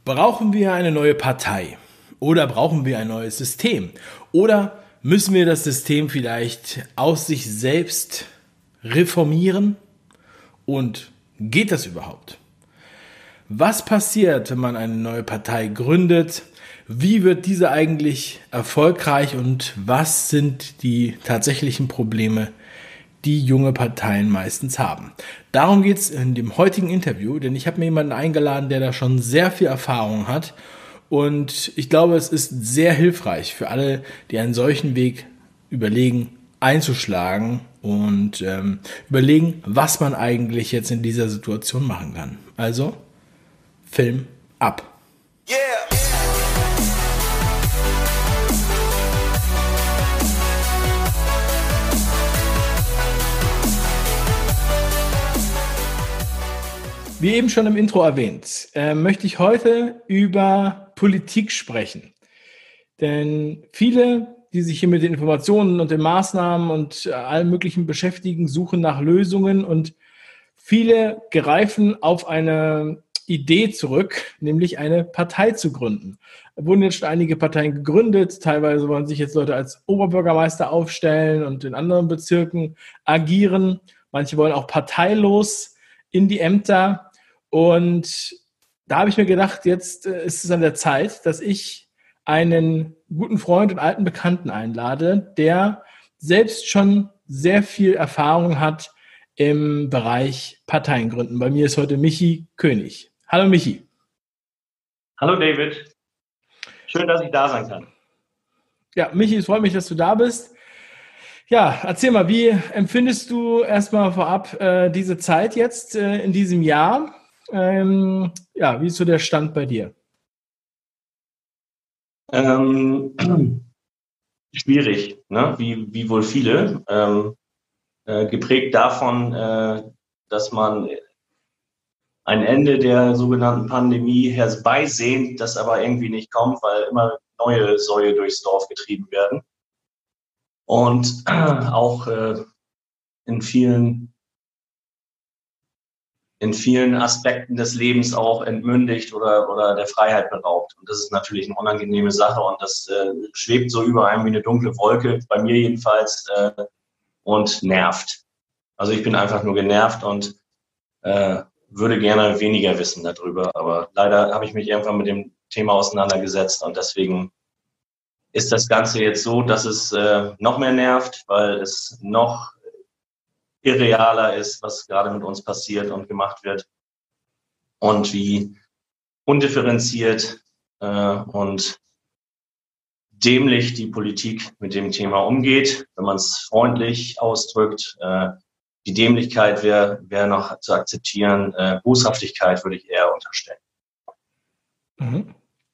Brauchen wir eine neue Partei? Oder brauchen wir ein neues System? Oder müssen wir das System vielleicht aus sich selbst reformieren? Und geht das überhaupt? Was passiert, wenn man eine neue Partei gründet? Wie wird diese eigentlich erfolgreich und was sind die tatsächlichen Probleme, die junge Parteien meistens haben? Darum geht es in dem heutigen Interview, denn ich habe mir jemanden eingeladen, der da schon sehr viel Erfahrung hat und ich glaube, es ist sehr hilfreich für alle, die einen solchen Weg überlegen, einzuschlagen und überlegen, was man eigentlich jetzt in dieser Situation machen kann. Also, Film ab! Yeah. Wie eben schon im Intro erwähnt, möchte ich heute über Politik sprechen. Denn viele, die sich hier mit den Informationen und den Maßnahmen und allem Möglichen beschäftigen, suchen nach Lösungen und viele greifen auf eine Idee zurück, nämlich eine Partei zu gründen. Es wurden jetzt schon einige Parteien gegründet, teilweise wollen sich jetzt Leute als Oberbürgermeister aufstellen und in anderen Bezirken agieren. Manche wollen auch parteilos in die Ämter. Und da habe ich mir gedacht, jetzt ist es an der Zeit, dass ich einen guten Freund und alten Bekannten einlade, der selbst schon sehr viel Erfahrung hat im Bereich Parteiengründen. Bei mir ist heute Michi König. Hallo Michi. Hallo David. Schön, dass ich da sein kann. Ja, Michi, es freut mich, dass du da bist. Ja, erzähl mal, wie empfindest du erstmal vorab diese Zeit jetzt in diesem Jahr? Wie ist so der Stand bei dir? Schwierig, ne? Wie wohl viele. Geprägt davon, dass man ein Ende der sogenannten Pandemie herbeisehnt, das aber irgendwie nicht kommt, weil immer neue Säue durchs Dorf getrieben werden. Und auch in vielen Aspekten des Lebens auch entmündigt oder der Freiheit beraubt. Und das ist natürlich eine unangenehme Sache und das schwebt so über einem wie eine dunkle Wolke, bei mir jedenfalls, und nervt. Also ich bin einfach nur genervt und würde gerne weniger wissen darüber. Aber leider habe ich mich irgendwann mit dem Thema auseinandergesetzt und deswegen ist das Ganze jetzt so, dass es noch mehr nervt, weil es noch irrealer ist, was gerade mit uns passiert und gemacht wird und wie undifferenziert und dämlich die Politik mit dem Thema umgeht, wenn man es freundlich ausdrückt. Die Dämlichkeit wäre noch zu akzeptieren, Boshaftigkeit würde ich eher unterstellen. Mhm.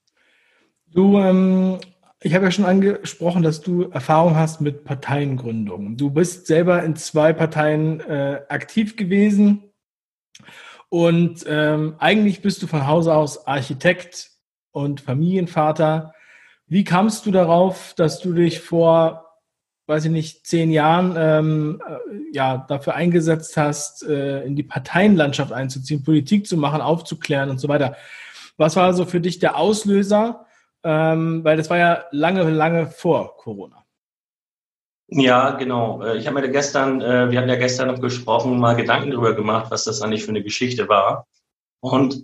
Ich habe ja schon angesprochen, dass du Erfahrung hast mit Parteiengründungen. Du bist selber in 2 Parteien aktiv gewesen und eigentlich bist du von Hause aus Architekt und Familienvater. Wie kamst du darauf, dass du dich vor, 10 Jahren dafür eingesetzt hast, in die Parteienlandschaft einzuziehen, Politik zu machen, aufzuklären und so weiter? Was war also für dich der Auslöser? Weil das war ja lange vor Corona. Ja, genau. Wir hatten ja gestern noch gesprochen, mal Gedanken darüber gemacht, was das eigentlich für eine Geschichte war. Und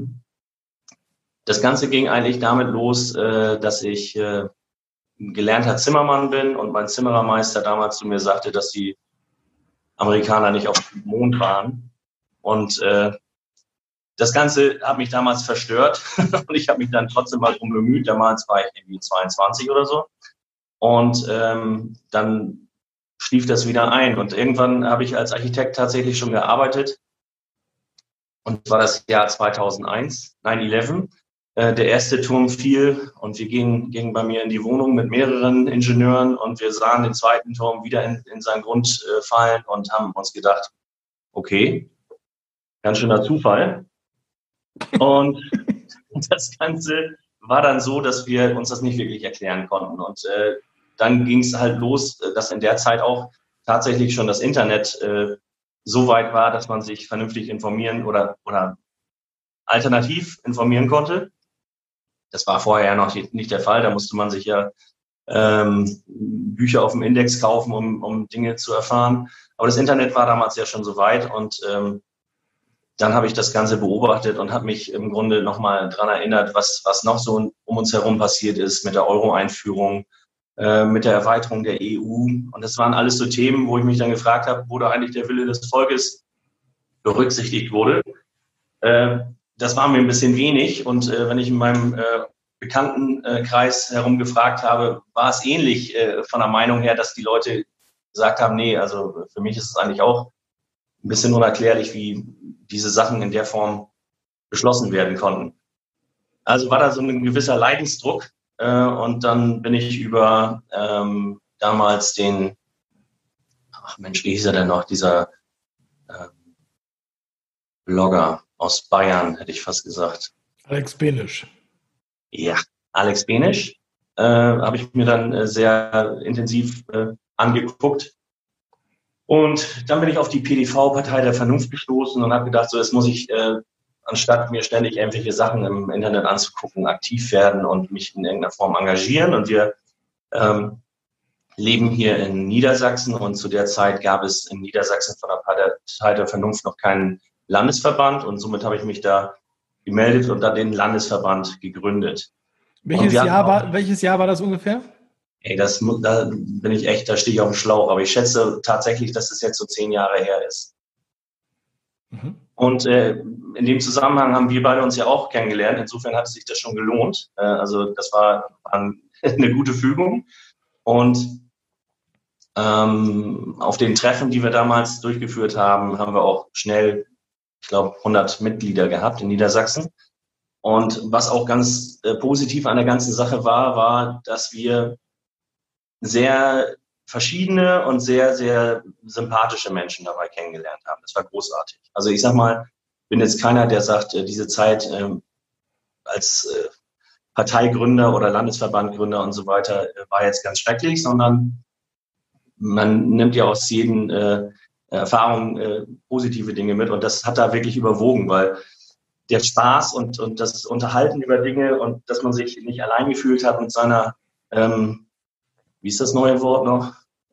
das Ganze ging eigentlich damit los, dass ich ein gelernter Zimmermann bin und mein Zimmerermeister damals zu mir sagte, dass die Amerikaner nicht auf dem Mond waren. Und das Ganze hat mich damals verstört und ich habe mich dann trotzdem mal drum bemüht. Damals war ich irgendwie 22 oder so. Und dann schlief das wieder ein. Und irgendwann habe ich als Architekt tatsächlich schon gearbeitet. Und war das Jahr 2001, 9/11. Der erste Turm fiel und wir gingen bei mir in die Wohnung mit mehreren Ingenieuren und wir sahen den zweiten Turm wieder in seinen Grund fallen und haben uns gedacht, okay, ganz schöner Zufall. Und das Ganze war dann so, dass wir uns das nicht wirklich erklären konnten. Und dann ging es halt los, dass in der Zeit auch tatsächlich schon das Internet so weit war, dass man sich vernünftig informieren oder alternativ informieren konnte. Das war vorher ja noch nicht der Fall. Da musste man sich ja Bücher auf dem Index kaufen, um Dinge zu erfahren. Aber das Internet war damals ja schon so weit und dann habe ich das Ganze beobachtet und habe mich im Grunde nochmal dran erinnert, was noch so um uns herum passiert ist mit der Euro-Einführung, mit der Erweiterung der EU. Und das waren alles so Themen, wo ich mich dann gefragt habe, wo da eigentlich der Wille des Volkes berücksichtigt wurde. Das war mir ein bisschen wenig. Und wenn ich in meinem Bekanntenkreis herum gefragt habe, war es ähnlich von der Meinung her, dass die Leute gesagt haben, nee, also für mich ist es eigentlich auch ein bisschen unerklärlich, wie diese Sachen in der Form beschlossen werden konnten. Also war da so ein gewisser Leidensdruck und dann bin ich über damals den, wie hieß er denn noch, dieser Blogger aus Bayern, hätte ich fast gesagt. Alex Benisch. Ja, Alex Benisch habe ich mir dann sehr intensiv angeguckt. Und dann bin ich auf die PDV, Partei der Vernunft, gestoßen und habe gedacht, so jetzt muss ich, anstatt mir ständig irgendwelche Sachen im Internet anzugucken, aktiv werden und mich in irgendeiner Form engagieren. Und wir leben hier in Niedersachsen und zu der Zeit gab es in Niedersachsen von der Partei der Vernunft noch keinen Landesverband und somit habe ich mich da gemeldet und dann den Landesverband gegründet. Welches Jahr war das ungefähr? Ey, da bin ich echt, da stehe ich auf dem Schlauch. Aber ich schätze tatsächlich, dass es jetzt so 10 Jahre her ist. Mhm. Und in dem Zusammenhang haben wir beide uns ja auch kennengelernt. Insofern hat es sich das schon gelohnt. Also das war eine gute Fügung. Und auf den Treffen, die wir damals durchgeführt haben, haben wir auch schnell, ich glaube, 100 Mitglieder gehabt in Niedersachsen. Und was auch ganz positiv an der ganzen Sache war, dass wir sehr verschiedene und sehr, sehr sympathische Menschen dabei kennengelernt haben. Das war großartig. Also ich sag mal, bin jetzt keiner, der sagt, diese Zeit als Parteigründer oder Landesverbandgründer und so weiter war jetzt ganz schrecklich, sondern man nimmt ja aus jeden Erfahrung positive Dinge mit und das hat da wirklich überwogen, weil der Spaß und das Unterhalten über Dinge und dass man sich nicht allein gefühlt hat mit seiner wie ist das neue Wort noch?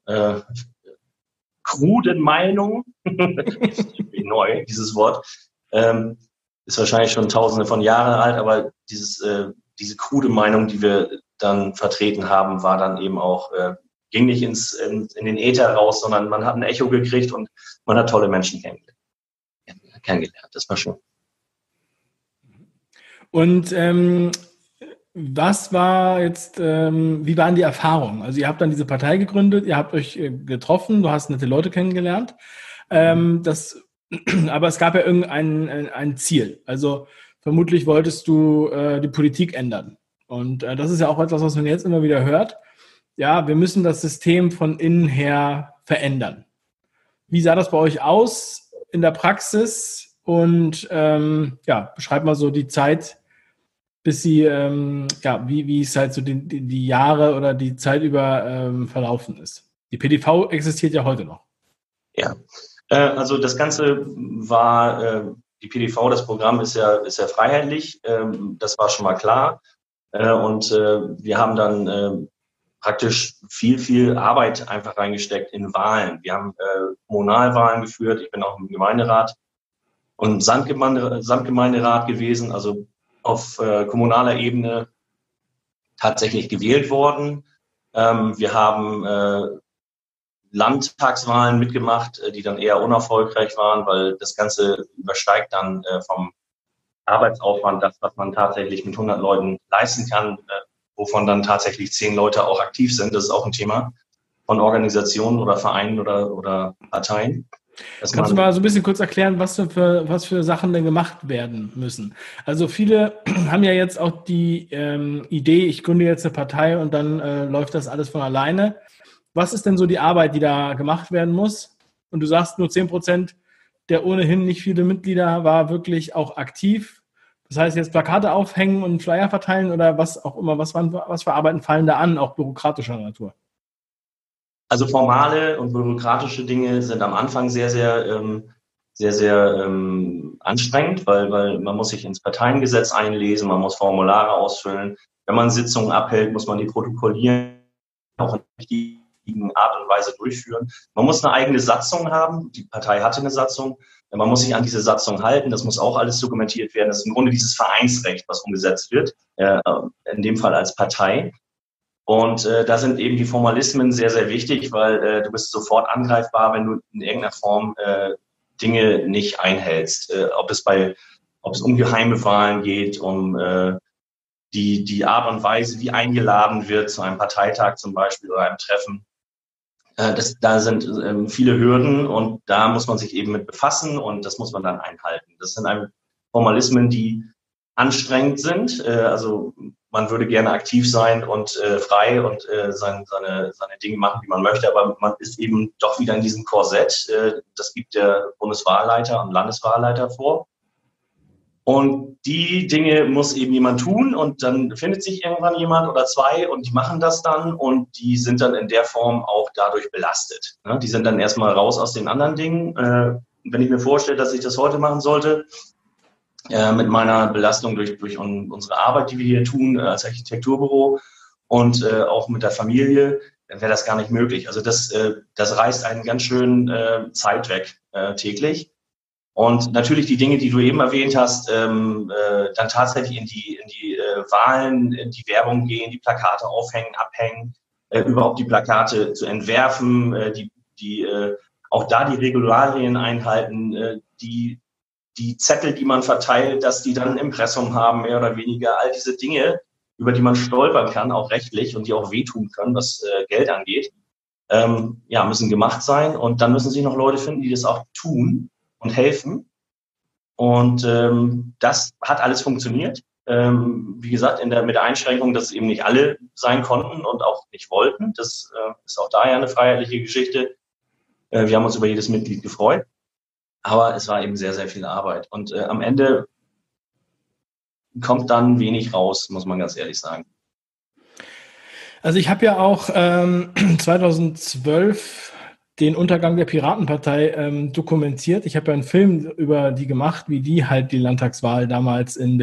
Kruden Meinung. Neu, dieses Wort. Ist wahrscheinlich schon tausende von Jahren alt, aber diese krude Meinung, die wir dann vertreten haben, war dann eben auch, ging nicht in den Äther raus, sondern man hat ein Echo gekriegt und man hat tolle Menschen kennengelernt. Das war schön. Und was war jetzt, wie waren die Erfahrungen? Also ihr habt dann diese Partei gegründet, ihr habt euch getroffen, du hast nette Leute kennengelernt. Aber es gab ja ein Ziel. Also vermutlich wolltest du die Politik ändern. Und das ist ja auch etwas, was man jetzt immer wieder hört. Ja, wir müssen das System von innen her verändern. Wie sah das bei euch aus in der Praxis? Und beschreib mal so die Zeit, bis sie, wie es halt so die Jahre oder die Zeit über verlaufen ist. Die PDV existiert ja heute noch. Ja, also das Ganze war, die PDV, das Programm ist ja freiheitlich, das war schon mal klar. Und wir haben dann praktisch viel Arbeit einfach reingesteckt in Wahlen. Wir haben Kommunalwahlen geführt, ich bin auch im Gemeinderat und Samtgemeinderat gewesen, also auf kommunaler Ebene tatsächlich gewählt worden. Wir haben Landtagswahlen mitgemacht, die dann eher unerfolgreich waren, weil das Ganze übersteigt dann vom Arbeitsaufwand das, was man tatsächlich mit 100 Leuten leisten kann, wovon dann tatsächlich 10 Leute auch aktiv sind. Das ist auch ein Thema von Organisationen oder Vereinen oder Parteien. Kannst du mal so ein bisschen kurz erklären, was für Sachen denn gemacht werden müssen? Also viele haben ja jetzt auch die Idee, ich gründe jetzt eine Partei und dann läuft das alles von alleine. Was ist denn so die Arbeit, die da gemacht werden muss? Und du sagst, nur 10% der ohnehin nicht viele Mitglieder war wirklich auch aktiv. Das heißt, jetzt Plakate aufhängen und Flyer verteilen oder was auch immer. Was für Arbeiten fallen da an, auch bürokratischer Natur? Also formale und bürokratische Dinge sind am Anfang sehr, sehr sehr, sehr anstrengend, weil man muss sich ins Parteiengesetz einlesen, man muss Formulare ausfüllen. Wenn man Sitzungen abhält, muss man die protokollieren, auch in der richtigen Art und Weise durchführen. Man muss eine eigene Satzung haben. Die Partei hatte eine Satzung. Man muss sich an diese Satzung halten. Das muss auch alles dokumentiert werden. Das ist im Grunde dieses Vereinsrecht, was umgesetzt wird, in dem Fall als Partei. Und da sind eben die Formalismen sehr, sehr wichtig, weil du bist sofort angreifbar, wenn du in irgendeiner Form Dinge nicht einhältst. Ob es um geheime Wahlen geht, um die Art und Weise, wie eingeladen wird zu einem Parteitag zum Beispiel oder einem Treffen. Da sind viele Hürden und da muss man sich eben mit befassen und das muss man dann einhalten. Das sind Formalismen, die anstrengend sind. Also man würde gerne aktiv sein und frei und seine Dinge machen, wie man möchte, aber man ist eben doch wieder in diesem Korsett. Das gibt der Bundeswahlleiter und Landeswahlleiter vor. Und die Dinge muss eben jemand tun und dann findet sich irgendwann jemand oder zwei und die machen das dann und die sind dann in der Form auch dadurch belastet. Die sind dann erstmal raus aus den anderen Dingen. Wenn ich mir vorstelle, dass ich das heute machen sollte, mit meiner Belastung durch unsere Arbeit, die wir hier tun als Architekturbüro und auch mit der Familie, dann wäre das gar nicht möglich. Also das reißt einen ganz schön Zeit weg täglich. Und natürlich die Dinge, die du eben erwähnt hast, dann tatsächlich in die Wahlen, in die Werbung gehen, die Plakate aufhängen, abhängen, überhaupt die Plakate zu entwerfen, auch da die Regularien einhalten, die Zettel, die man verteilt, dass die dann ein Impressum haben, mehr oder weniger. All diese Dinge, über die man stolpern kann, auch rechtlich und die auch wehtun können, was Geld angeht, müssen gemacht sein. Und dann müssen sich noch Leute finden, die das auch tun und helfen. Und das hat alles funktioniert. Wie gesagt, mit der Einschränkung, dass eben nicht alle sein konnten und auch nicht wollten. Das ist auch daher eine freiheitliche Geschichte. Wir haben uns über jedes Mitglied gefreut. Aber es war eben sehr, sehr viel Arbeit. Und am Ende kommt dann wenig raus, muss man ganz ehrlich sagen. Also ich habe ja auch 2012 den Untergang der Piratenpartei dokumentiert. Ich habe ja einen Film über die gemacht, wie die halt die Landtagswahl damals in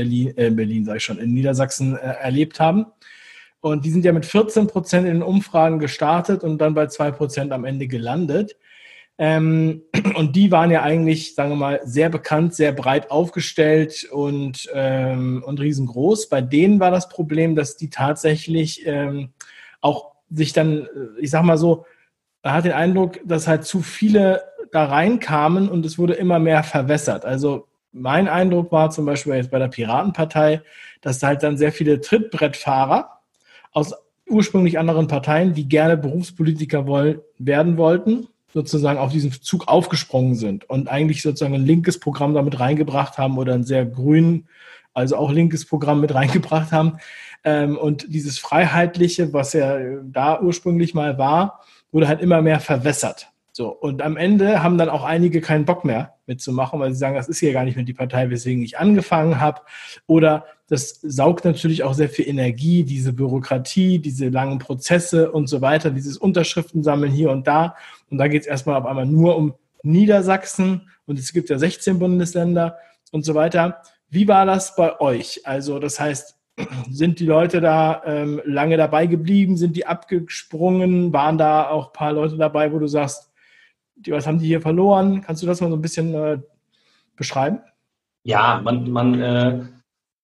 in Niedersachsen erlebt haben. Und die sind ja mit 14% in den Umfragen gestartet und dann bei 2% am Ende gelandet. Und die waren ja eigentlich, sagen wir mal, sehr bekannt, sehr breit aufgestellt und riesengroß. Bei denen war das Problem, dass die tatsächlich auch sich dann, ich sag mal so, man hat den Eindruck, dass halt zu viele da reinkamen und es wurde immer mehr verwässert. Also mein Eindruck war zum Beispiel jetzt bei der Piratenpartei, dass halt dann sehr viele Trittbrettfahrer aus ursprünglich anderen Parteien, die gerne Berufspolitiker werden wollten, sozusagen auf diesen Zug aufgesprungen sind und eigentlich sozusagen ein linkes Programm damit reingebracht haben oder ein sehr grün, also auch linkes Programm mit reingebracht haben. Und dieses Freiheitliche, was ja da ursprünglich mal war, wurde halt immer mehr verwässert. So, und am Ende haben dann auch einige keinen Bock mehr mitzumachen, weil sie sagen, das ist hier gar nicht mehr die Partei, weswegen ich angefangen habe. Oder das saugt natürlich auch sehr viel Energie, diese Bürokratie, diese langen Prozesse und so weiter, dieses Unterschriftensammeln hier und da. Und da geht es erstmal auf einmal nur um Niedersachsen und es gibt ja 16 Bundesländer und so weiter. Wie war das bei euch? Also das heißt, sind die Leute da lange dabei geblieben? Sind die abgesprungen? Waren da auch ein paar Leute dabei, wo du sagst, was haben die hier verloren? Kannst du das mal so ein bisschen beschreiben? Ja, man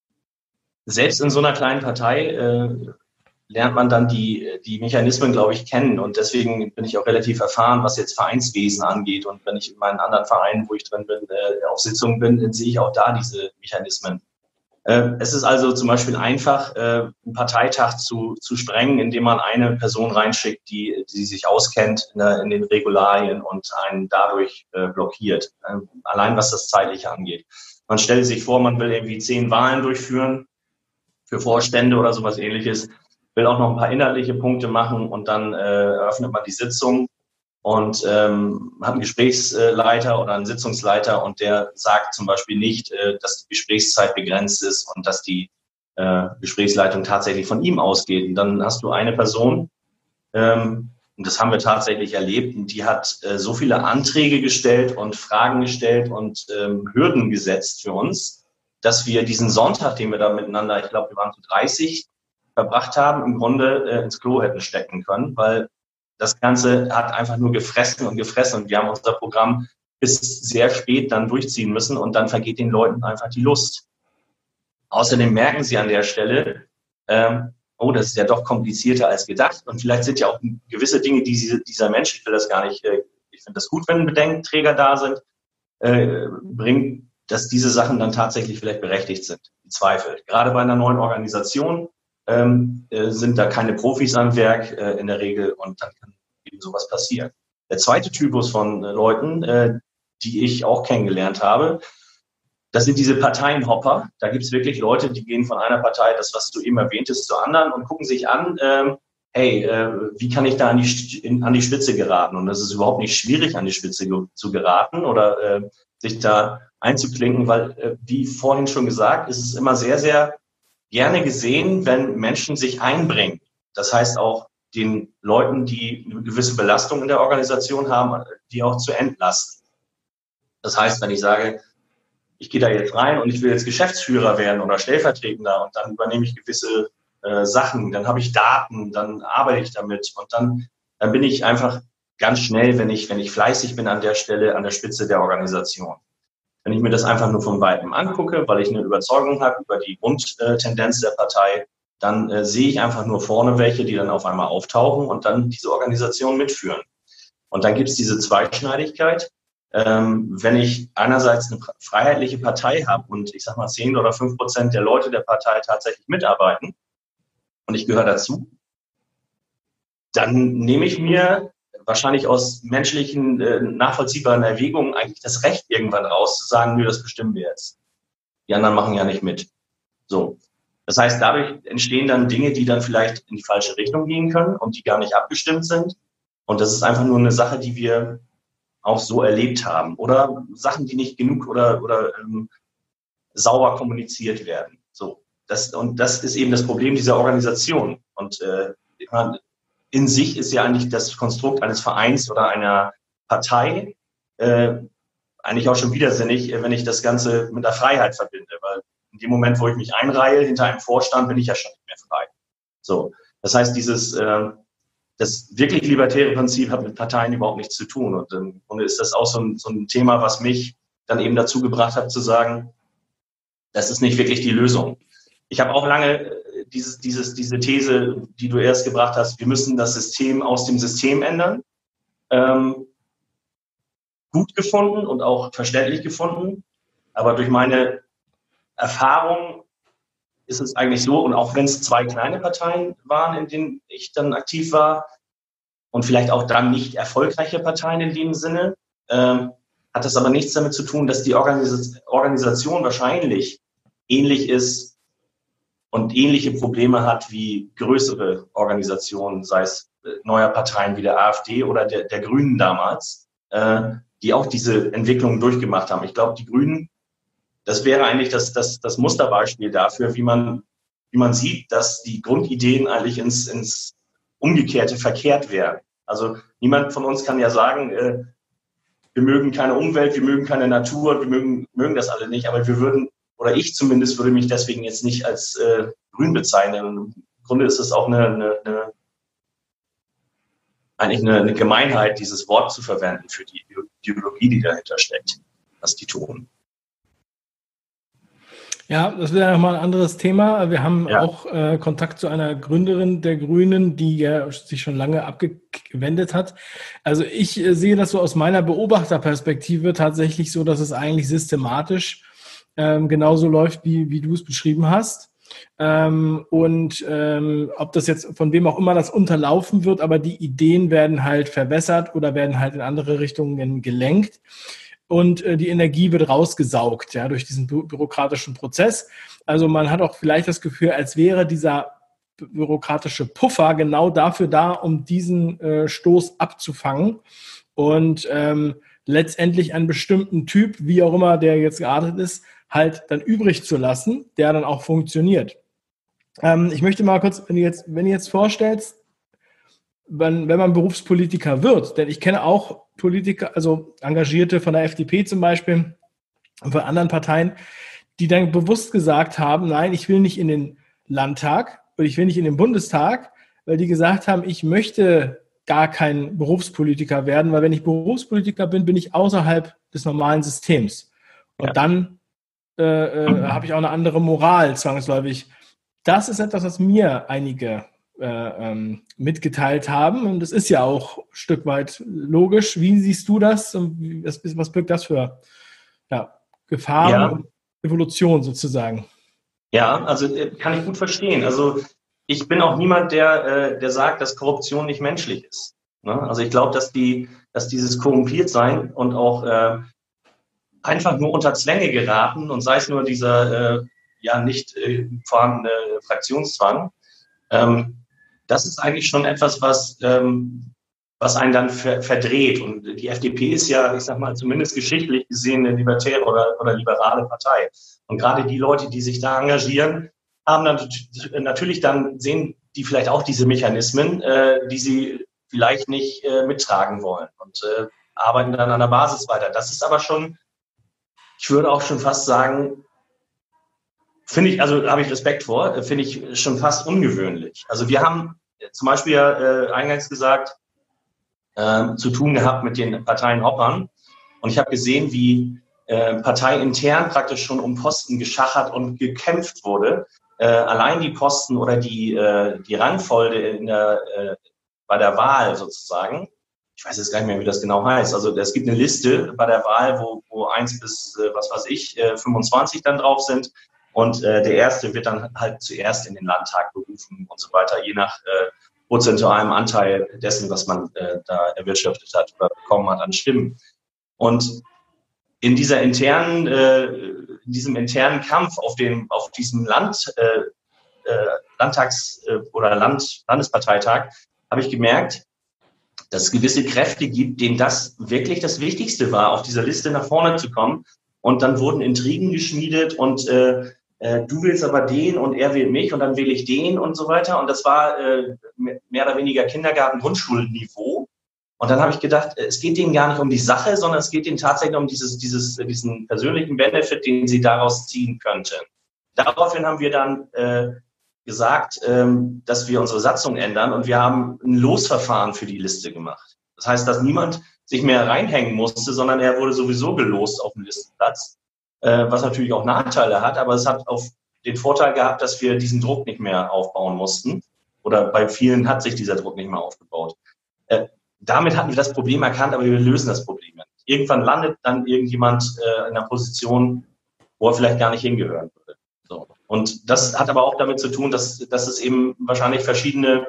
selbst in so einer kleinen Partei lernt man dann die Mechanismen, glaube ich, kennen. Und deswegen bin ich auch relativ erfahren, was jetzt Vereinswesen angeht. Und wenn ich in meinen anderen Vereinen, wo ich drin bin, auf Sitzungen bin, dann sehe ich auch da diese Mechanismen. Es ist also zum Beispiel einfach, einen Parteitag zu sprengen, indem man eine Person reinschickt, die sich auskennt in den Regularien und einen dadurch blockiert. Allein was das Zeitliche angeht. Man stellt sich vor, man will irgendwie 10 Wahlen durchführen für Vorstände oder sowas Ähnliches, will auch noch ein paar inhaltliche Punkte machen und dann eröffnet man die Sitzung und hat einen Gesprächsleiter oder einen Sitzungsleiter und der sagt zum Beispiel nicht, dass die Gesprächszeit begrenzt ist und dass die Gesprächsleitung tatsächlich von ihm ausgeht. Und dann hast du eine Person, und das haben wir tatsächlich erlebt, und die hat so viele Anträge gestellt und Fragen gestellt und Hürden gesetzt für uns, dass wir diesen Sonntag, den wir da miteinander, ich glaube, wir waren zu 30, verbracht haben, im Grunde ins Klo hätten stecken können, weil das Ganze hat einfach nur gefressen und gefressen, und wir haben unser Programm bis sehr spät dann durchziehen müssen, und dann vergeht den Leuten einfach die Lust. Außerdem merken sie an der Stelle, oh, das ist ja doch komplizierter als gedacht, und vielleicht sind ja auch gewisse Dinge, die dieser Mensch, ich will das gar nicht, ich finde das gut, wenn Bedenkenträger da sind, bringen, dass diese Sachen dann tatsächlich vielleicht berechtigt sind, die Zweifel. Gerade bei einer neuen Organisation sind da keine Profis am Werk in der Regel, und dann kann eben sowas passieren. Der zweite Typus von Leuten, die ich auch kennengelernt habe, das sind diese Parteienhopper. Da gibt es wirklich Leute, die gehen von einer Partei, das, was du eben erwähntest, zur anderen und gucken sich an, wie kann ich da an die Spitze geraten? Und das ist überhaupt nicht schwierig, an die Spitze zu geraten oder sich da einzuklinken, weil, wie vorhin schon gesagt, ist es immer sehr, sehr gerne gesehen, wenn Menschen sich einbringen. Das heißt auch den Leuten, die eine gewisse Belastung in der Organisation haben, die auch zu entlasten. Das heißt, wenn ich sage, ich gehe da jetzt rein und ich will jetzt Geschäftsführer werden oder Stellvertretender, und dann übernehme ich gewisse Sachen, dann habe ich Daten, dann arbeite ich damit, und dann bin ich einfach ganz schnell, wenn ich fleißig bin an der Stelle, an der Spitze der Organisation. Wenn ich mir das einfach nur von Weitem angucke, weil ich eine Überzeugung habe über die Grundtendenz der Partei, dann sehe ich einfach nur vorne welche, die dann auf einmal auftauchen und dann diese Organisation mitführen. Und dann gibt es diese Zweischneidigkeit. Wenn ich einerseits eine freiheitliche Partei habe und ich sag mal 10 oder 5% der Leute der Partei tatsächlich mitarbeiten und ich gehöre dazu, dann nehme ich mir wahrscheinlich aus menschlichen, nachvollziehbaren Erwägungen eigentlich das Recht irgendwann raus, zu sagen, nö, das bestimmen wir jetzt. Die anderen machen ja nicht mit. So. Das heißt, dadurch entstehen dann Dinge, die dann vielleicht in die falsche Richtung gehen können und die gar nicht abgestimmt sind. Und das ist einfach nur eine Sache, die wir auch so erlebt haben. Oder Sachen, die nicht genug oder sauber kommuniziert werden. So. Das ist eben das Problem dieser Organisation. Und ich meine, in sich ist ja eigentlich das Konstrukt eines Vereins oder einer Partei eigentlich auch schon widersinnig, wenn ich das Ganze mit der Freiheit verbinde. Weil in dem Moment, wo ich mich einreihe hinter einem Vorstand, bin ich ja schon nicht mehr frei. So. Das heißt, das wirklich libertäre Prinzip hat mit Parteien überhaupt nichts zu tun. Und im Grunde ist das auch so ein Thema, was mich dann eben dazu gebracht hat, zu sagen, das ist nicht wirklich die Lösung. Ich habe auch lange diese These, die du erst gebracht hast, wir müssen das System aus dem System ändern, gut gefunden und auch verständlich gefunden. Aber durch meine Erfahrung ist es eigentlich so, und auch wenn es 2 kleine Parteien waren, in denen ich dann aktiv war, und vielleicht auch dann nicht erfolgreiche Parteien in dem Sinne, hat das aber nichts damit zu tun, dass die Organisation wahrscheinlich ähnlich ist und ähnliche Probleme hat wie größere Organisationen, sei es neuer Parteien wie der AfD oder der Grünen damals, die auch diese Entwicklungen durchgemacht haben. Ich glaube, die Grünen, das wäre eigentlich das Musterbeispiel dafür, wie man sieht, dass die Grundideen eigentlich ins Umgekehrte verkehrt werden. Also niemand von uns kann ja sagen, wir mögen keine Umwelt, wir mögen keine Natur, wir mögen das alle nicht, aber oder ich zumindest würde mich deswegen jetzt nicht als grün bezeichnen. Und im Grunde ist es auch eigentlich eine Gemeinheit, dieses Wort zu verwenden für die Ideologie, die dahinter steckt, was die tun. Ja, das wäre nochmal ein anderes Thema. Wir haben auch Kontakt zu einer Gründerin der Grünen, die ja sich schon lange abgewendet hat. Also ich sehe das so aus meiner Beobachterperspektive tatsächlich so, dass es eigentlich systematisch genauso läuft, wie du es beschrieben hast. Ob das jetzt von wem auch immer das unterlaufen wird, aber die Ideen werden halt verwässert oder werden halt in andere Richtungen gelenkt. Und die Energie wird rausgesaugt, ja, durch diesen bürokratischen Prozess. Also man hat auch vielleicht das Gefühl, als wäre dieser bürokratische Puffer genau dafür da, um diesen Stoß abzufangen und letztendlich einen bestimmten Typ, wie auch immer der jetzt geartet ist, halt dann übrig zu lassen, der dann auch funktioniert. Ich möchte mal kurz, wenn du jetzt vorstellst, wenn man Berufspolitiker wird, denn ich kenne auch Politiker, also Engagierte von der FDP zum Beispiel und von anderen Parteien, die dann bewusst gesagt haben, nein, ich will nicht in den Landtag oder ich will nicht in den Bundestag, weil die gesagt haben, ich möchte gar kein Berufspolitiker werden, weil wenn ich Berufspolitiker bin, bin ich außerhalb des normalen Systems. Und dann habe ich auch eine andere Moral zwangsläufig. Das ist etwas, was mir einige mitgeteilt haben. Und das ist ja auch ein Stück weit logisch. Wie siehst du das? Und was birgt das für Gefahren und Evolution sozusagen? Ja, also kann ich gut verstehen. Also ich bin auch niemand, der sagt, dass Korruption nicht menschlich ist. Ne? Also ich glaube, dass dieses Korrumpiertsein und auch einfach nur unter Zwänge geraten und sei es nur dieser nicht vorhandene Fraktionszwang, das ist eigentlich schon etwas, was einen dann verdreht. Und die FDP ist ja, ich sag mal, zumindest geschichtlich gesehen eine libertäre oder liberale Partei. Und gerade die Leute, die sich da engagieren, haben dann natürlich dann sehen die vielleicht auch diese Mechanismen, die sie vielleicht nicht mittragen wollen und arbeiten dann an der Basis weiter. Das ist aber schon, ich würde auch schon fast sagen, finde ich, also habe ich Respekt vor, finde ich schon fast ungewöhnlich. Also wir haben zum Beispiel eingangs gesagt, zu tun gehabt mit den Parteienhoppern. Und ich habe gesehen, wie parteiintern praktisch schon um Posten geschachert und gekämpft wurde. Allein die Posten oder die Rangfolge bei der Wahl sozusagen, ich weiß jetzt gar nicht mehr, wie das genau heißt. Also es gibt eine Liste bei der Wahl, wo 1 bis, 25 dann drauf sind. Und der Erste wird dann halt zuerst in den Landtag berufen und so weiter, je nach prozentualem Anteil dessen, was man da erwirtschaftet hat oder bekommen hat an Stimmen. Und in diesem internen Kampf auf diesem Landesparteitag habe ich gemerkt, dass es gewisse Kräfte gibt, denen das wirklich das Wichtigste war, auf dieser Liste nach vorne zu kommen. Und dann wurden Intrigen geschmiedet und du willst aber den und er will mich und dann wähle ich den und so weiter. Und das war mehr oder weniger Kindergarten-Grundschulniveau. Und dann habe ich gedacht, es geht denen gar nicht um die Sache, sondern es geht denen tatsächlich um diesen persönlichen Benefit, den sie daraus ziehen könnten. Daraufhin haben wir dann gesagt, dass wir unsere Satzung ändern und wir haben ein Losverfahren für die Liste gemacht. Das heißt, dass niemand sich mehr reinhängen musste, sondern er wurde sowieso gelost auf dem Listenplatz, was natürlich auch Nachteile hat, aber es hat auch den Vorteil gehabt, dass wir diesen Druck nicht mehr aufbauen mussten oder bei vielen hat sich dieser Druck nicht mehr aufgebaut. Damit hatten wir das Problem erkannt, aber wir lösen das Problem nicht. Irgendwann landet dann irgendjemand in einer Position, wo er vielleicht gar nicht hingehören würde. So. Und das hat aber auch damit zu tun, dass es eben wahrscheinlich verschiedene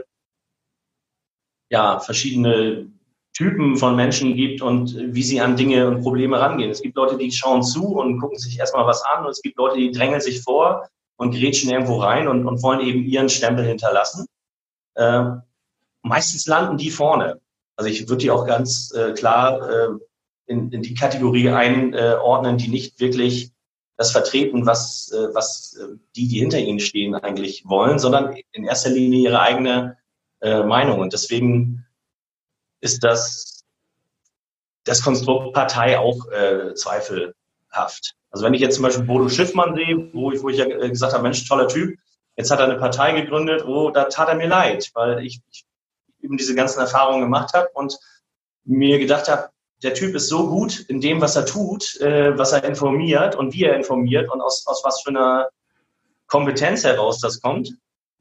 Typen von Menschen gibt und wie sie an Dinge und Probleme rangehen. Es gibt Leute, die schauen zu und gucken sich erstmal was an und es gibt Leute, die drängeln sich vor und grätschen irgendwo rein und wollen eben ihren Stempel hinterlassen. Meistens landen die vorne. Also ich würde die auch ganz klar in die Kategorie einordnen, die nicht wirklich das vertreten, was die hinter ihnen stehen, eigentlich wollen, sondern in erster Linie ihre eigene Meinung. Und deswegen ist das Konstrukt Partei auch zweifelhaft. Also wenn ich jetzt zum Beispiel Bodo Schiffmann sehe, wo ich ja gesagt habe, Mensch, toller Typ, jetzt hat er eine Partei gegründet, da tat er mir leid, weil ich eben diese ganzen Erfahrungen gemacht habe und mir gedacht habe, der Typ ist so gut in dem, was er tut, was er informiert und wie er informiert und aus was für einer Kompetenz heraus das kommt.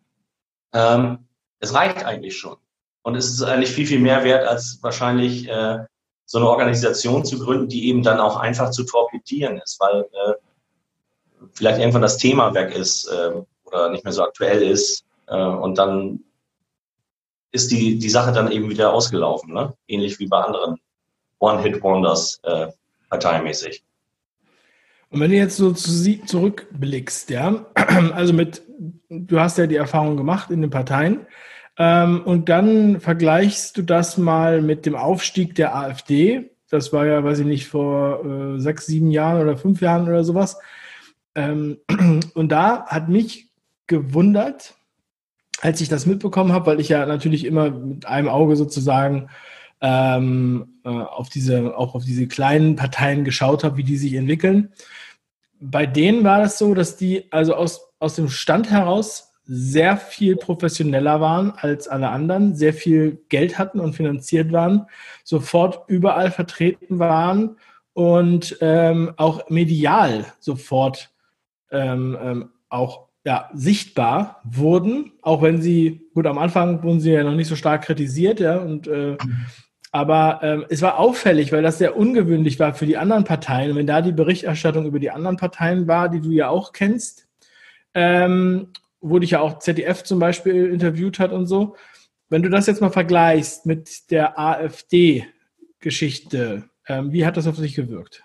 Es reicht eigentlich schon. Und es ist eigentlich viel, viel mehr wert, als wahrscheinlich so eine Organisation zu gründen, die eben dann auch einfach zu torpedieren ist, weil vielleicht irgendwann das Thema weg ist oder nicht mehr so aktuell ist und dann ist die Sache dann eben wieder ausgelaufen, ne? Ähnlich wie bei anderen One-Hit-Wonders parteimäßig. Und wenn du jetzt so zurückblickst, ja, also du hast ja die Erfahrung gemacht in den Parteien, und dann vergleichst du das mal mit dem Aufstieg der AfD. Das war ja, weiß ich nicht, vor 6, 7 Jahren oder 5 Jahren oder sowas. Und da hat mich gewundert, als ich das mitbekommen habe, weil ich ja natürlich immer mit einem Auge sozusagen auf diese kleinen Parteien geschaut habe, wie die sich entwickeln. Bei denen war das so, dass die also aus dem Stand heraus sehr viel professioneller waren als alle anderen, sehr viel Geld hatten und finanziert waren, sofort überall vertreten waren und auch medial sofort auch sichtbar wurden, auch wenn sie, gut, am Anfang wurden sie ja noch nicht so stark kritisiert, ja, aber es war auffällig, weil das sehr ungewöhnlich war für die anderen Parteien. Und wenn da die Berichterstattung über die anderen Parteien war, die du ja auch kennst, wo dich ja auch ZDF zum Beispiel interviewt hat und so, wenn du das jetzt mal vergleichst mit der AfD-Geschichte, wie hat das auf dich gewirkt?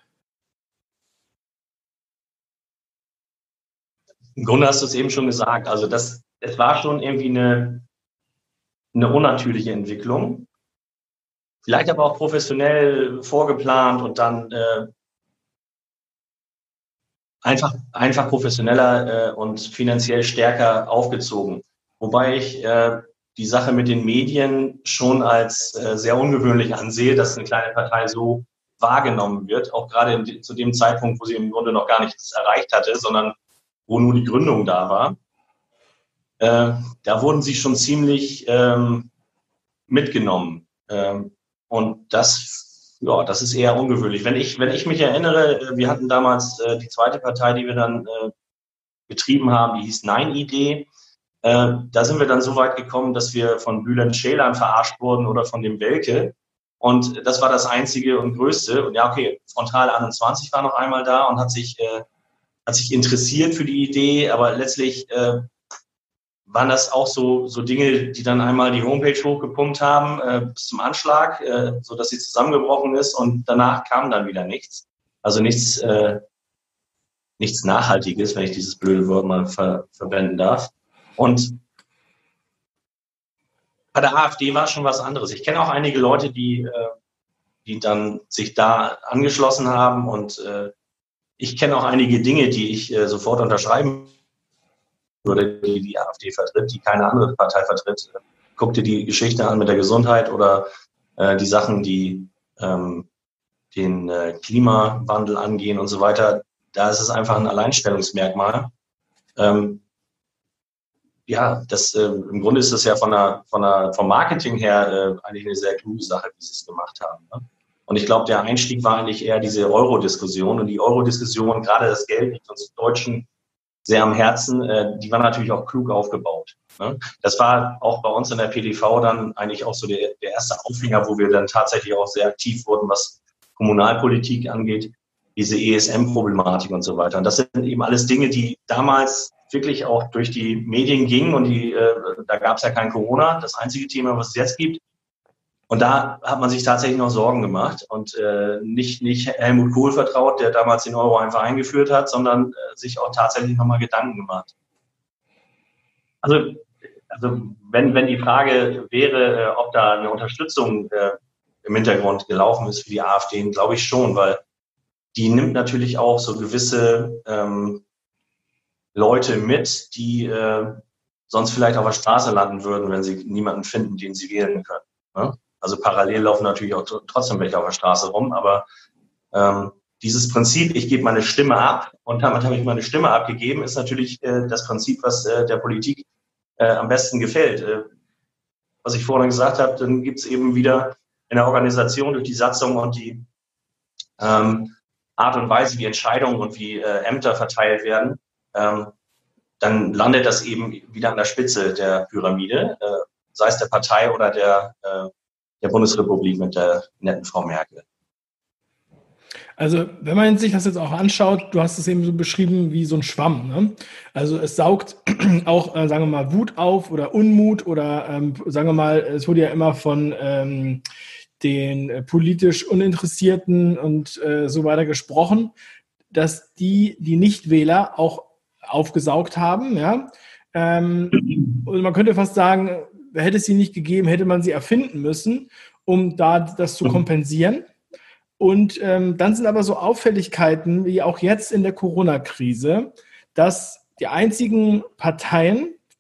Im Grunde hast du es eben schon gesagt. Also es war schon irgendwie eine unnatürliche Entwicklung. Vielleicht aber auch professionell vorgeplant und dann einfach professioneller und finanziell stärker aufgezogen. Wobei ich die Sache mit den Medien schon als sehr ungewöhnlich ansehe, dass eine kleine Partei so wahrgenommen wird, auch gerade zu dem Zeitpunkt, wo sie im Grunde noch gar nichts erreicht hatte, sondern wo nur die Gründung da war. Da wurden sie schon ziemlich mitgenommen. Und das ist eher ungewöhnlich. Wenn ich mich erinnere, wir hatten damals die zweite Partei, die wir dann betrieben haben, die hieß Nein-Idee. Da sind wir dann so weit gekommen, dass wir von Bülent Ceylan verarscht wurden oder von dem Welke. Und das war das Einzige und Größte. Und ja, okay, Frontal 21 war noch einmal da und hat sich interessiert für die Idee, aber letztlich waren das auch so Dinge, die dann einmal die Homepage hochgepumpt haben bis zum Anschlag, so dass sie zusammengebrochen ist und danach kam dann wieder nichts. Also nichts Nachhaltiges, wenn ich dieses blöde Wort mal verwenden darf. Und bei der AfD war es schon was anderes. Ich kenne auch einige Leute, die dann sich da angeschlossen haben und ich kenne auch einige Dinge, die ich sofort unterschreiben würde, die AfD vertritt, die keine andere Partei vertritt. Guck dir die Geschichte an mit der Gesundheit oder die Sachen, die den Klimawandel angehen und so weiter. Da ist es einfach ein Alleinstellungsmerkmal. Im Grunde ist das ja vom Marketing her eigentlich eine sehr kluge Sache, wie sie es gemacht haben. Ne? Und ich glaube, der Einstieg war eigentlich eher diese Euro-Diskussion. Und die Euro-Diskussion, gerade das Geld liegt uns Deutschen sehr am Herzen, die war natürlich auch klug aufgebaut. Ne? Das war auch bei uns in der PDV dann eigentlich auch so der erste Aufhänger, wo wir dann tatsächlich auch sehr aktiv wurden, was Kommunalpolitik angeht, diese ESM-Problematik und so weiter. Und das sind eben alles Dinge, die damals wirklich auch durch die Medien gingen und da gab es ja kein Corona, das einzige Thema, was es jetzt gibt. Und da hat man sich tatsächlich noch Sorgen gemacht und nicht Helmut Kohl vertraut, der damals den Euro einfach eingeführt hat, sondern sich auch tatsächlich nochmal Gedanken gemacht. Also wenn die Frage wäre, ob da eine Unterstützung im Hintergrund gelaufen ist für die AfD, glaube ich schon, weil die nimmt natürlich auch so gewisse Leute mit, die sonst vielleicht auf der Straße landen würden, wenn sie niemanden finden, den sie wählen können. Ne? Also parallel laufen natürlich auch trotzdem welche auf der Straße rum, aber dieses Prinzip, ich gebe meine Stimme ab und damit habe ich meine Stimme abgegeben, ist natürlich das Prinzip, was der Politik am besten gefällt. Was ich vorhin gesagt habe, dann gibt es eben wieder in der Organisation durch die Satzung und die Art und Weise, wie Entscheidungen und wie Ämter verteilt werden, dann landet das eben wieder an der Spitze der Pyramide, sei es der Partei oder der Bundesrepublik mit der netten Frau Merkel. Also wenn man sich das jetzt auch anschaut, du hast es eben so beschrieben wie so ein Schwamm. Ne? Also es saugt auch, sagen wir mal, Wut auf oder Unmut oder sagen wir mal, es wurde ja immer von den politisch Uninteressierten und so weiter gesprochen, dass die Nichtwähler auch aufgesaugt haben. Ja? Und man könnte fast sagen, hätte es sie nicht gegeben, hätte man sie erfinden müssen, um da das zu kompensieren. Und dann sind aber so Auffälligkeiten, wie auch jetzt in der Corona-Krise, dass die einzigen Parteien,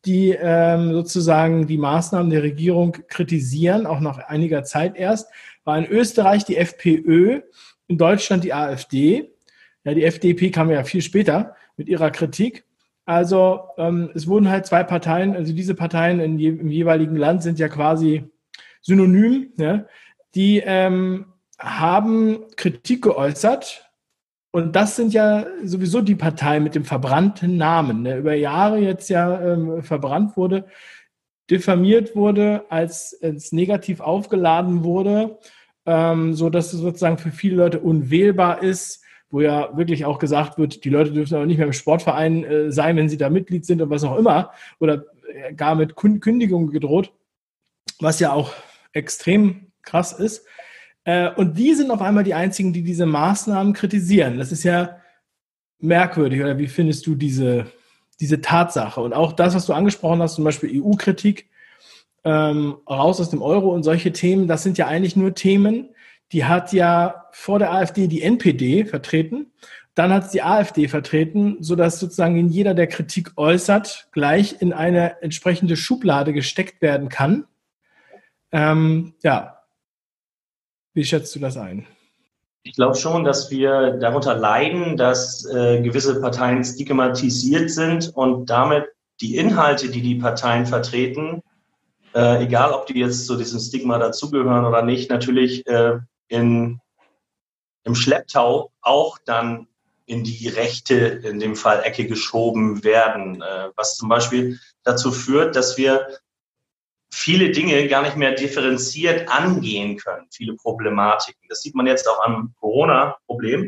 die sozusagen die Maßnahmen der Regierung kritisieren, auch nach einiger Zeit erst, war in Österreich die FPÖ, in Deutschland die AfD. Ja, die FDP kam ja viel später mit ihrer Kritik. Also es wurden halt zwei Parteien, also diese Parteien im jeweiligen Land sind ja quasi synonym, ja, die haben Kritik geäußert. Und das sind ja sowieso die Parteien mit dem verbrannten Namen, der über Jahre jetzt ja verbrannt wurde, diffamiert wurde, als negativ aufgeladen wurde, so dass es sozusagen für viele Leute unwählbar ist, wo ja wirklich auch gesagt wird, die Leute dürfen aber nicht mehr im Sportverein sein, wenn sie da Mitglied sind und was auch immer, oder gar mit Kündigung gedroht, was ja auch extrem krass ist. Und die sind auf einmal die einzigen, die diese Maßnahmen kritisieren. Das ist ja merkwürdig, oder wie findest du diese Tatsache? Und auch das, was du angesprochen hast, zum Beispiel EU-Kritik, raus aus dem Euro und solche Themen, das sind ja eigentlich nur Themen, die hat ja vor der AfD die NPD vertreten, dann hat es die AfD vertreten, sodass sozusagen jeder, der Kritik äußert, gleich in eine entsprechende Schublade gesteckt werden kann. Ja. Wie schätzt du das ein? Ich glaube schon, dass wir darunter leiden, dass gewisse Parteien stigmatisiert sind und damit die Inhalte, die die Parteien vertreten, egal ob die jetzt zu diesem Stigma dazugehören oder nicht, natürlich im Schlepptau auch dann in die rechte, in dem Fall Ecke geschoben werden, was zum Beispiel dazu führt, dass wir viele Dinge gar nicht mehr differenziert angehen können, viele Problematiken. Das sieht man jetzt auch am Corona-Problem.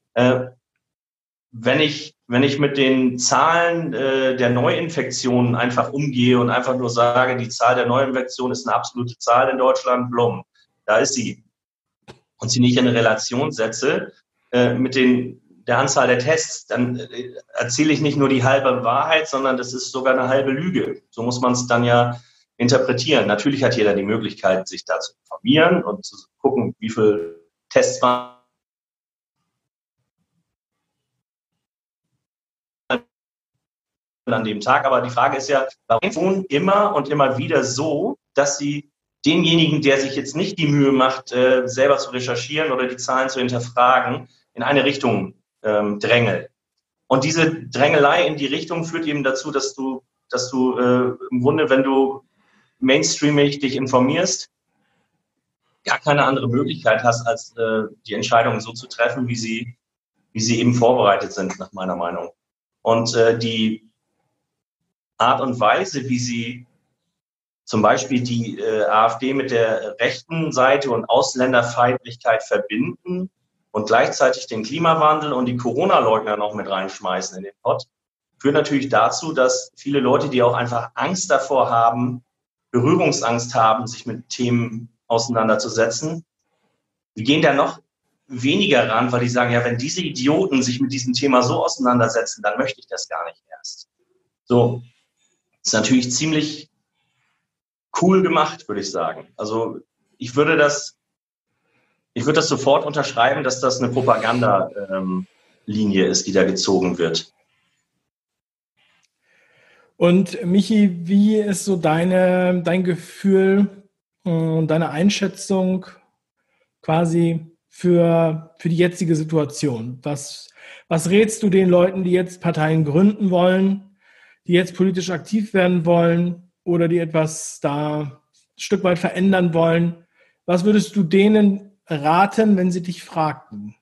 Wenn ich mit den Zahlen der Neuinfektionen einfach umgehe und einfach nur sage, die Zahl der Neuinfektionen ist eine absolute Zahl in Deutschland, blum, da ist sie. Und sie nicht in eine Relation setze mit der Anzahl der Tests, dann erzähle ich nicht nur die halbe Wahrheit, sondern das ist sogar eine halbe Lüge. So muss man es dann ja interpretieren. Natürlich hat jeder die Möglichkeit, sich da zu informieren und zu gucken, wie viele Tests waren an dem Tag. Aber die Frage ist ja, warum immer und immer wieder so, dass sie denjenigen, der sich jetzt nicht die Mühe macht, selber zu recherchieren oder die Zahlen zu hinterfragen, in eine Richtung drängeln. Und diese Drängelei in die Richtung führt eben dazu, dass du im Grunde, wenn du mainstreamig dich informierst, gar keine andere Möglichkeit hast, als die Entscheidungen so zu treffen, wie sie eben vorbereitet sind, nach meiner Meinung. Und die Art und Weise, wie sie zum Beispiel die AfD mit der rechten Seite und Ausländerfeindlichkeit verbinden und gleichzeitig den Klimawandel und die Corona-Leugner noch mit reinschmeißen in den Pott, führt natürlich dazu, dass viele Leute, die auch einfach Angst davor haben, Berührungsangst haben, sich mit Themen auseinanderzusetzen, die gehen da noch weniger ran, weil die sagen, ja, wenn diese Idioten sich mit diesem Thema so auseinandersetzen, dann möchte ich das gar nicht erst. So, ist natürlich ziemlich cool gemacht, würde ich sagen. Also ich würde das sofort unterschreiben, dass das eine Propagandalinie ist, die da gezogen wird. Und Michi, wie ist so dein Gefühl und deine Einschätzung quasi für die jetzige Situation? Was rätst du den Leuten, die jetzt Parteien gründen wollen, die jetzt politisch aktiv werden wollen oder die etwas da ein Stück weit verändern wollen? Was würdest du denen raten, wenn sie dich fragten?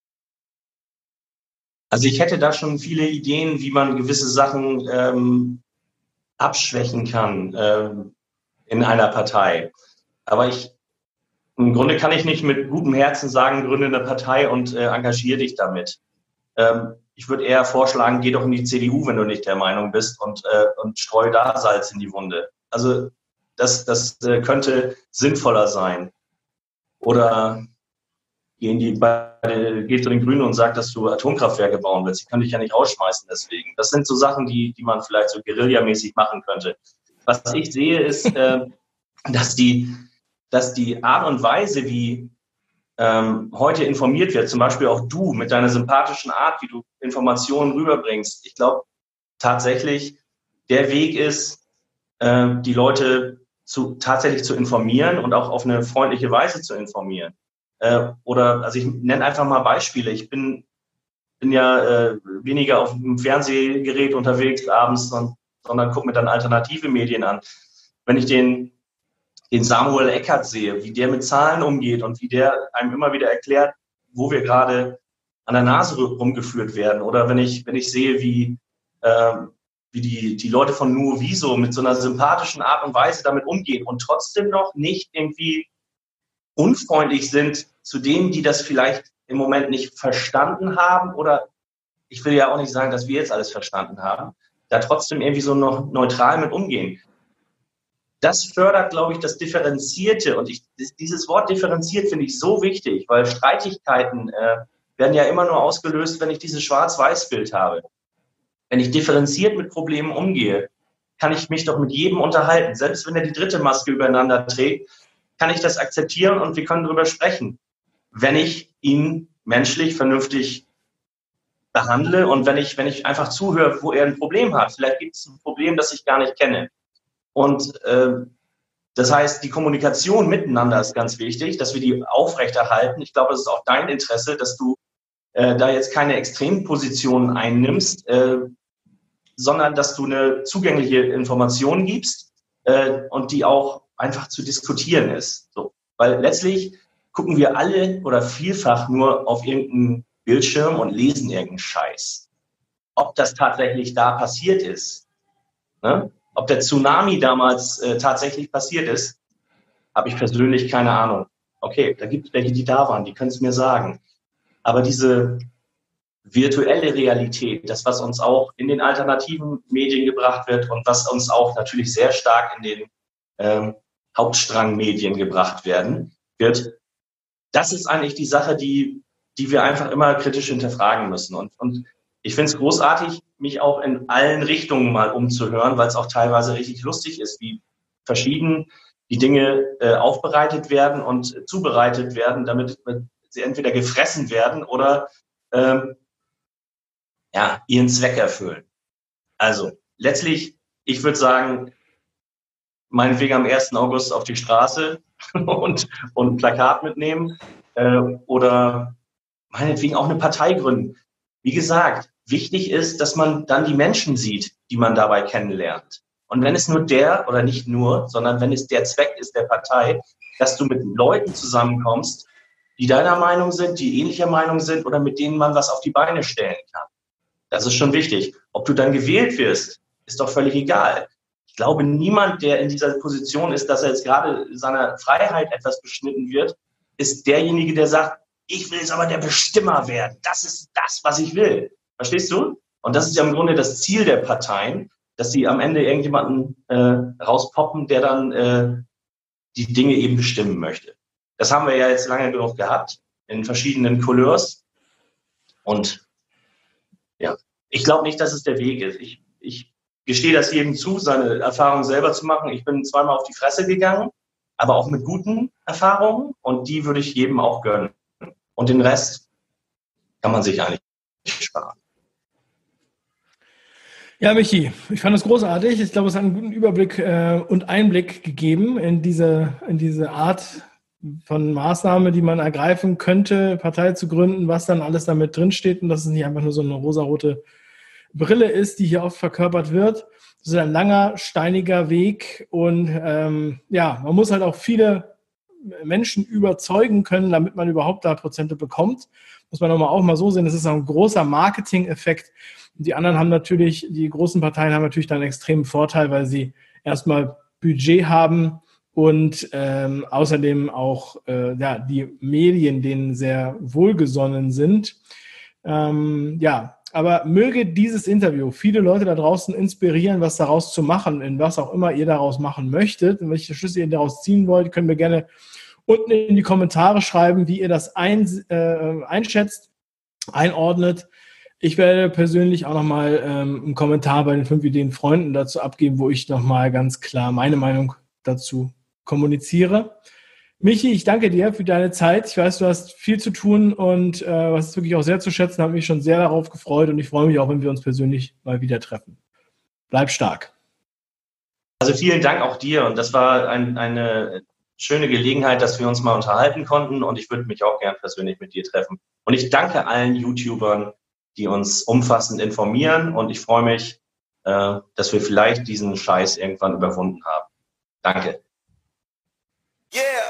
Also ich hätte da schon viele Ideen, wie man gewisse Sachen abschwächen kann in einer Partei. Aber im Grunde kann ich nicht mit gutem Herzen sagen, gründe eine Partei und engagiere dich damit. Ich würde eher vorschlagen, geh doch in die CDU, wenn du nicht der Meinung bist und streu da Salz in die Wunde. Also das könnte sinnvoller sein. Oder geh zu den Grünen und sag, dass du Atomkraftwerke bauen willst. Die können dich ja nicht rausschmeißen deswegen. Das sind so Sachen, die man vielleicht so guerillamäßig machen könnte. Was ich sehe, ist, dass die Art und Weise, wie heute informiert wird, zum Beispiel auch du mit deiner sympathischen Art, wie du Informationen rüberbringst, ich glaube tatsächlich, der Weg ist, die Leute tatsächlich zu informieren und auch auf eine freundliche Weise zu informieren. Also ich nenne einfach mal Beispiele. Ich bin ja weniger auf dem Fernsehgerät unterwegs abends, sondern gucke mir dann alternative Medien an. Wenn ich den Samuel Eckert sehe, wie der mit Zahlen umgeht und wie der einem immer wieder erklärt, wo wir gerade an der Nase rumgeführt werden. Oder wenn ich sehe, wie die Leute von Nuoviso mit so einer sympathischen Art und Weise damit umgehen und trotzdem noch nicht irgendwie unfreundlich sind zu denen, die das vielleicht im Moment nicht verstanden haben. Oder ich will ja auch nicht sagen, dass wir jetzt alles verstanden haben, da trotzdem irgendwie so noch neutral mit umgehen. Das fördert, glaube ich, das Differenzierte. Und dieses Wort differenziert finde ich so wichtig, weil Streitigkeiten werden ja immer nur ausgelöst, wenn ich dieses Schwarz-Weiß-Bild habe. Wenn ich differenziert mit Problemen umgehe, kann ich mich doch mit jedem unterhalten. Selbst wenn er die dritte Maske übereinander trägt, kann ich das akzeptieren und wir können darüber sprechen. Wenn ich ihn menschlich vernünftig behandle und wenn ich einfach zuhöre, wo er ein Problem hat. Vielleicht gibt es ein Problem, das ich gar nicht kenne. Und das heißt, die Kommunikation miteinander ist ganz wichtig, dass wir die aufrechterhalten. Ich glaube, es ist auch dein Interesse, dass du da jetzt keine Extrempositionen einnimmst, sondern dass du eine zugängliche Information gibst und die auch einfach zu diskutieren ist. So. Weil letztlich gucken wir alle oder vielfach nur auf irgendeinen Bildschirm und lesen irgendeinen Scheiß. Ob das tatsächlich da passiert ist, ne? Ob der Tsunami damals tatsächlich passiert ist, habe ich persönlich keine Ahnung. Okay, da gibt es welche, die da waren, die können es mir sagen. Aber diese virtuelle Realität, das, was uns auch in den alternativen Medien gebracht wird und was uns auch natürlich sehr stark in den Hauptstrangmedien gebracht wird, das ist eigentlich die Sache, die wir einfach immer kritisch hinterfragen müssen. Und ich finde es großartig, mich auch in allen Richtungen mal umzuhören, weil es auch teilweise richtig lustig ist, wie verschieden die Dinge aufbereitet werden und zubereitet werden, damit sie entweder gefressen werden oder ihren Zweck erfüllen. Also letztlich, ich würde sagen, meinetwegen am 1. August auf die Straße und ein Plakat mitnehmen oder meinetwegen auch eine Partei gründen. Wie gesagt, wichtig ist, dass man dann die Menschen sieht, die man dabei kennenlernt. Und wenn es nur oder nicht nur, sondern wenn es der Zweck ist der Partei, dass du mit Leuten zusammenkommst, die deiner Meinung sind, die ähnlicher Meinung sind oder mit denen man was auf die Beine stellen kann. Das ist schon wichtig. Ob du dann gewählt wirst, ist doch völlig egal. Ich glaube, niemand, der in dieser Position ist, dass er jetzt gerade seiner Freiheit etwas beschnitten wird, ist derjenige, der sagt, ich will jetzt aber der Bestimmer werden. Das ist das, was ich will. Verstehst du? Und das ist ja im Grunde das Ziel der Parteien, dass sie am Ende irgendjemanden rauspoppen, der dann die Dinge eben bestimmen möchte. Das haben wir ja jetzt lange genug gehabt, in verschiedenen Couleurs. Und ja, ich glaube nicht, dass es der Weg ist. Ich gestehe das jedem zu, seine Erfahrungen selber zu machen. Ich bin zweimal auf die Fresse gegangen, aber auch mit guten Erfahrungen. Und die würde ich jedem auch gönnen. Und den Rest kann man sich eigentlich sparen. Ja, Michi, ich fand das großartig. Ich glaube, es hat einen guten Überblick und Einblick gegeben in diese Art von Maßnahme, die man ergreifen könnte, Partei zu gründen, was dann alles damit drinsteht und dass es nicht einfach nur so eine rosarote Brille ist, die hier oft verkörpert wird. Das ist ein langer, steiniger Weg und man muss halt auch viele Menschen überzeugen können, damit man überhaupt da Prozente bekommt. Muss man auch mal so sehen, das ist auch ein großer Marketing-Effekt. Und die anderen haben natürlich, die großen Parteien haben natürlich dann einen extremen Vorteil, weil sie erstmal Budget haben und außerdem auch die Medien denen sehr wohlgesonnen sind. Aber möge dieses Interview viele Leute da draußen inspirieren, was daraus zu machen, in was auch immer ihr daraus machen möchtet und welche Schlüsse ihr daraus ziehen wollt, können wir gerne unten in die Kommentare schreiben, wie ihr das einschätzt, einordnet. Ich werde persönlich auch nochmal einen Kommentar bei den 5 Ideen Freunden dazu abgeben, wo ich nochmal ganz klar meine Meinung dazu kommuniziere. Michi, ich danke dir für deine Zeit. Ich weiß, du hast viel zu tun und was ist wirklich auch sehr zu schätzen, habe mich schon sehr darauf gefreut und ich freue mich auch, wenn wir uns persönlich mal wieder treffen. Bleib stark. Also vielen Dank auch dir und das war eine schöne Gelegenheit, dass wir uns mal unterhalten konnten und ich würde mich auch gern persönlich mit dir treffen. Und ich danke allen YouTubern, die uns umfassend informieren und ich freue mich, dass wir vielleicht diesen Scheiß irgendwann überwunden haben. Danke. Yeah.